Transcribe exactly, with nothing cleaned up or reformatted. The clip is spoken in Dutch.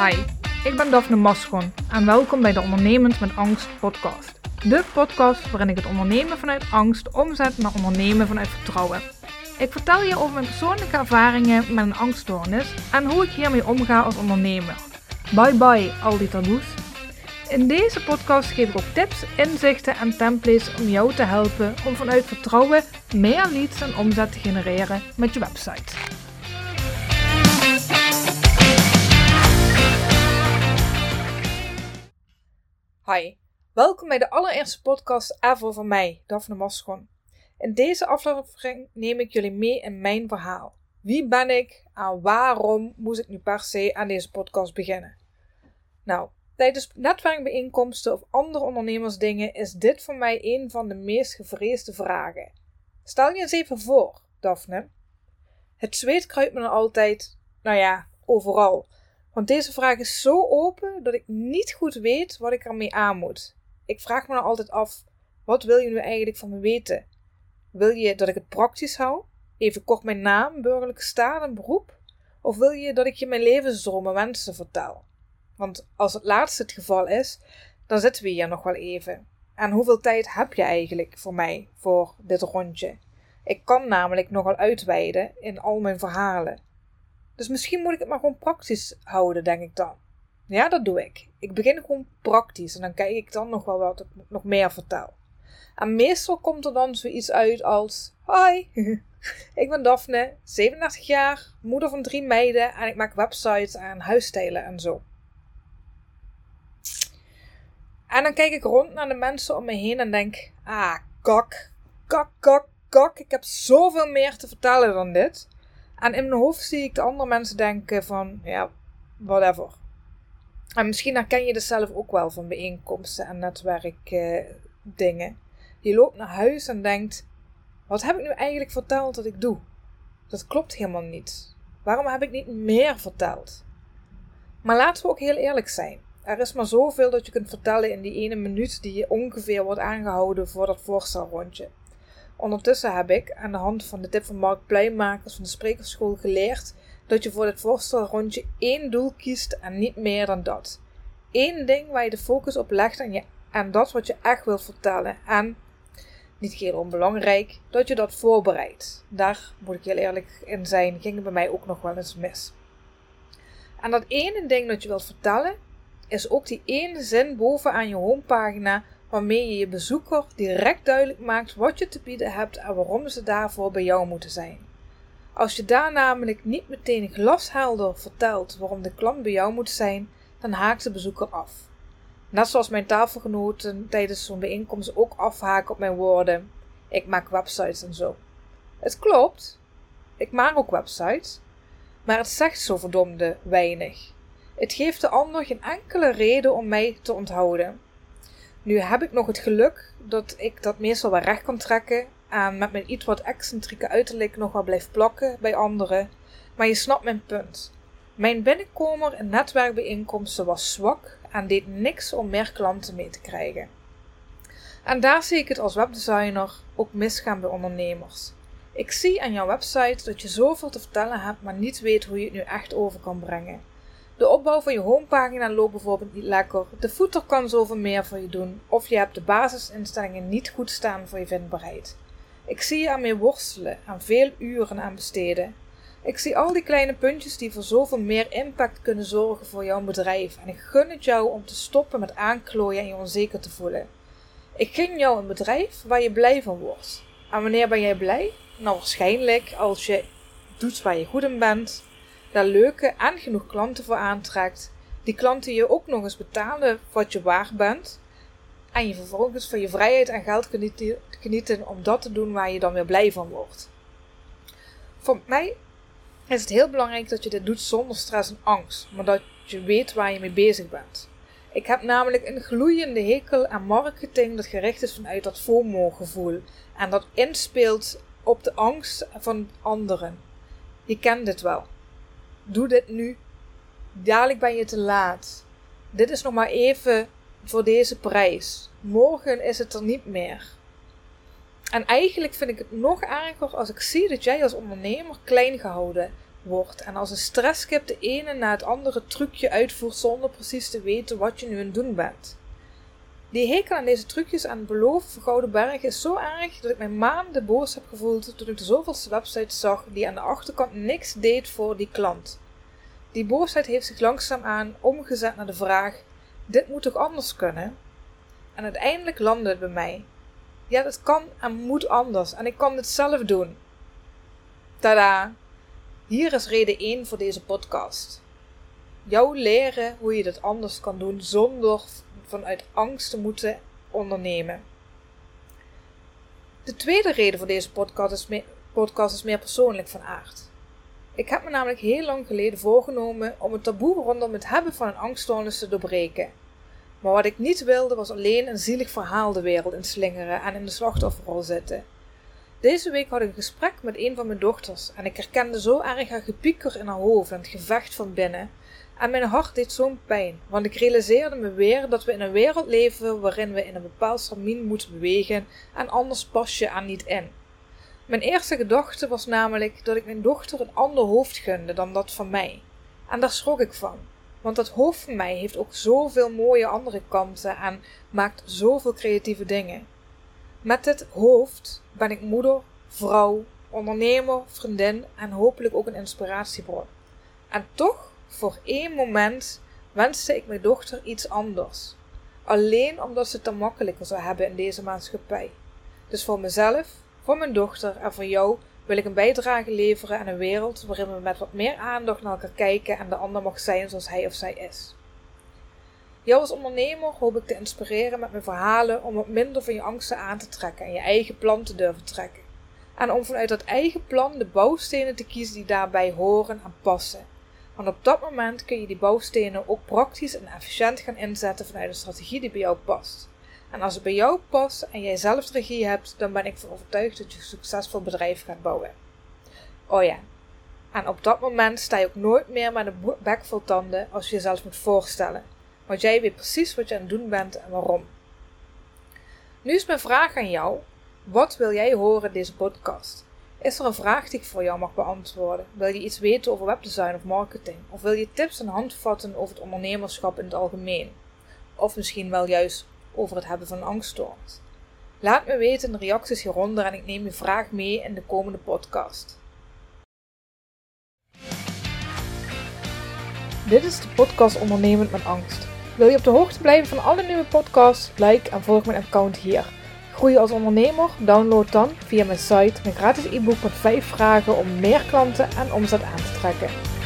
Hi, ik ben Daphne Maschon en welkom bij de Ondernemend met Angst podcast. De podcast waarin ik het ondernemen vanuit angst omzet naar ondernemen vanuit vertrouwen. Ik vertel je over mijn persoonlijke ervaringen met een angststoornis en hoe ik hiermee omga als ondernemer. Bye bye al die taboes. In deze podcast geef ik ook tips, inzichten en templates om jou te helpen om vanuit vertrouwen meer leads en omzet te genereren met je website. Hi, welkom bij de allereerste podcast ever van mij, Daphne Maschon. In deze aflevering neem ik jullie mee in mijn verhaal. Wie ben ik en waarom moest ik nu per se aan deze podcast beginnen? Nou, tijdens netwerkbijeenkomsten of andere ondernemersdingen is dit voor mij een van de meest gevreesde vragen. Stel je eens even voor, Daphne. Het zweet kruipt me dan altijd, nou ja, overal. Want deze vraag is zo open dat ik niet goed weet wat ik ermee aan moet. Ik vraag me dan altijd af, wat wil je nu eigenlijk van me weten? Wil je dat ik het praktisch hou? Even kort mijn naam, burgerlijke staat en beroep? Of wil je dat ik je mijn levensdroom en wensen vertel? Want als het laatste het geval is, dan zitten we hier nog wel even. En hoeveel tijd heb je eigenlijk voor mij, voor dit rondje? Ik kan namelijk nogal uitweiden in al mijn verhalen. Dus misschien moet ik het maar gewoon praktisch houden, denk ik dan. Ja, dat doe ik. Ik begin gewoon praktisch en dan kijk ik dan nog wel wat ik nog meer vertel. En meestal komt er dan zoiets uit als: Hoi, ik ben Daphne, zevenendertig jaar, moeder van drie meiden en ik maak websites en huisstijlen en zo. En dan kijk ik rond naar de mensen om me heen en denk: ah, kak, kak, kak, kak, ik heb zoveel meer te vertellen dan dit. En in mijn hoofd zie ik de andere mensen denken van, ja, whatever. En misschien herken je dit zelf ook wel van bijeenkomsten en netwerkdingen. Uh, je loopt naar huis en denkt: wat heb ik nu eigenlijk verteld dat ik doe? Dat klopt helemaal niet. Waarom heb ik niet meer verteld? Maar laten we ook heel eerlijk zijn. Er is maar zoveel dat je kunt vertellen in die ene minuut die je ongeveer wordt aangehouden voor dat voorstelrondje. Ondertussen heb ik aan de hand van de tip van Mark Pluijmakers van de Sprekerschool geleerd dat je voor dit voorstelrondje één doel kiest en niet meer dan dat. Eén ding waar je de focus op legt en, je, en dat wat je echt wilt vertellen. En, niet heel onbelangrijk, dat je dat voorbereidt. Daar, moet ik heel eerlijk in zijn, ging het bij mij ook nog wel eens mis. En dat ene ding dat je wilt vertellen, is ook die ene zin bovenaan je homepagina waarmee je je bezoeker direct duidelijk maakt wat je te bieden hebt en waarom ze daarvoor bij jou moeten zijn. Als je daar namelijk niet meteen glashelder vertelt waarom de klant bij jou moet zijn, dan haakt de bezoeker af. Net zoals mijn tafelgenoten tijdens zo'n bijeenkomst ook afhaken op mijn woorden: ik maak websites en zo. Het klopt, ik maak ook websites, maar het zegt zo verdomde weinig. Het geeft de ander geen enkele reden om mij te onthouden. Nu heb ik nog het geluk dat ik dat meestal wel recht kan trekken en met mijn iets wat excentrieke uiterlijk nog wel blijf plakken bij anderen. Maar je snapt mijn punt. Mijn binnenkomer in netwerkbijeenkomsten was zwak en deed niks om meer klanten mee te krijgen. En daar zie ik het als webdesigner ook misgaan bij ondernemers. Ik zie aan jouw website dat je zoveel te vertellen hebt, maar niet weet hoe je het nu echt over kan brengen. De opbouw van je homepagina loopt bijvoorbeeld niet lekker, de footer kan zoveel meer voor je doen, of je hebt de basisinstellingen niet goed staan voor je vindbaarheid. Ik zie je ermee worstelen en veel uren aan besteden. Ik zie al die kleine puntjes die voor zoveel meer impact kunnen zorgen voor jouw bedrijf en ik gun het jou om te stoppen met aanklooien en je onzeker te voelen. Ik gun jou een bedrijf waar je blij van wordt. En wanneer ben jij blij? Nou, waarschijnlijk als je doet waar je goed in bent, daar leuke en genoeg klanten voor aantrekt, die klanten je ook nog eens betalen wat je waard bent en je vervolgens van je vrijheid en geld kunt genieten om dat te doen waar je dan weer blij van wordt. Voor mij is het heel belangrijk dat je dit doet zonder stress en angst, maar dat je weet waar je mee bezig bent. Ik heb namelijk een gloeiende hekel aan marketing dat gericht is vanuit dat FOMO-gevoel en dat inspeelt op de angst van anderen. Je kent dit wel. Doe dit nu. Dadelijk ben je te laat. Dit is nog maar even voor deze prijs. Morgen is het er niet meer. En eigenlijk vind ik het nog erger als ik zie dat jij als ondernemer klein gehouden, wordt en als een stresskip de ene na het andere trucje uitvoert zonder precies te weten wat je nu aan het doen bent. Die hekel aan deze trucjes aan het beloven voor Gouden Bergen is zo erg dat ik mij maanden boos heb gevoeld toen ik de zoveelste website zag die aan de achterkant niks deed voor die klant. Die boosheid heeft zich langzaamaan omgezet naar de vraag: dit moet toch anders kunnen? En uiteindelijk landde het bij mij. Ja, dat kan en moet anders en ik kan dit zelf doen. Tada! Hier is reden één voor deze podcast. Jou leren hoe je dit anders kan doen zonder vanuit angst te moeten ondernemen. De tweede reden voor deze podcast is, meer, podcast is meer persoonlijk van aard. Ik heb me namelijk heel lang geleden voorgenomen om het taboe rondom het hebben van een angststoornis te doorbreken. Maar wat ik niet wilde was alleen een zielig verhaal de wereld inslingeren en in de slachtofferrol zitten. Deze week had ik een gesprek met een van mijn dochters en ik herkende zo erg haar gepieker in haar hoofd en het gevecht van binnen. En mijn hart deed zo'n pijn, want ik realiseerde me weer dat we in een wereld leven waarin we in een bepaald stramien moeten bewegen en anders pas je er niet in. Mijn eerste gedachte was namelijk dat ik mijn dochter een ander hoofd gunde dan dat van mij. En daar schrok ik van, want dat hoofd van mij heeft ook zoveel mooie andere kanten en maakt zoveel creatieve dingen. Met dit hoofd ben ik moeder, vrouw, ondernemer, vriendin en hopelijk ook een inspiratiebron. En toch, voor één moment, wenste ik mijn dochter iets anders. Alleen omdat ze het te makkelijker zou hebben in deze maatschappij. Dus voor mezelf, voor mijn dochter en voor jou wil ik een bijdrage leveren aan een wereld waarin we met wat meer aandacht naar elkaar kijken en de ander mag zijn zoals hij of zij is. Jou als ondernemer hoop ik te inspireren met mijn verhalen om wat minder van je angsten aan te trekken en je eigen plan te durven trekken. En om vanuit dat eigen plan de bouwstenen te kiezen die daarbij horen en passen. Want op dat moment kun je die bouwstenen ook praktisch en efficiënt gaan inzetten vanuit een strategie die bij jou past. En als het bij jou past en jij zelf de regie hebt, dan ben ik van overtuigd dat je een succesvol bedrijf gaat bouwen. Oh ja, en op dat moment sta je ook nooit meer met een bek vol tanden als je jezelf moet voorstellen. Want jij weet precies wat je aan het doen bent en waarom. Nu is mijn vraag aan jou: wat wil jij horen in deze podcast? Is er een vraag die ik voor jou mag beantwoorden? Wil je iets weten over webdesign of marketing? Of wil je tips en handvatten over het ondernemerschap in het algemeen? Of misschien wel juist over het hebben van een angststoornis? Laat me weten in de reacties hieronder en ik neem je vraag mee in de komende podcast. Dit is de podcast Ondernemend met Angst. Wil je op de hoogte blijven van alle nieuwe podcasts? Like en volg mijn account hier. Groei als ondernemer? Download dan via mijn site mijn gratis e-book met vijf vragen om meer klanten en omzet aan te trekken.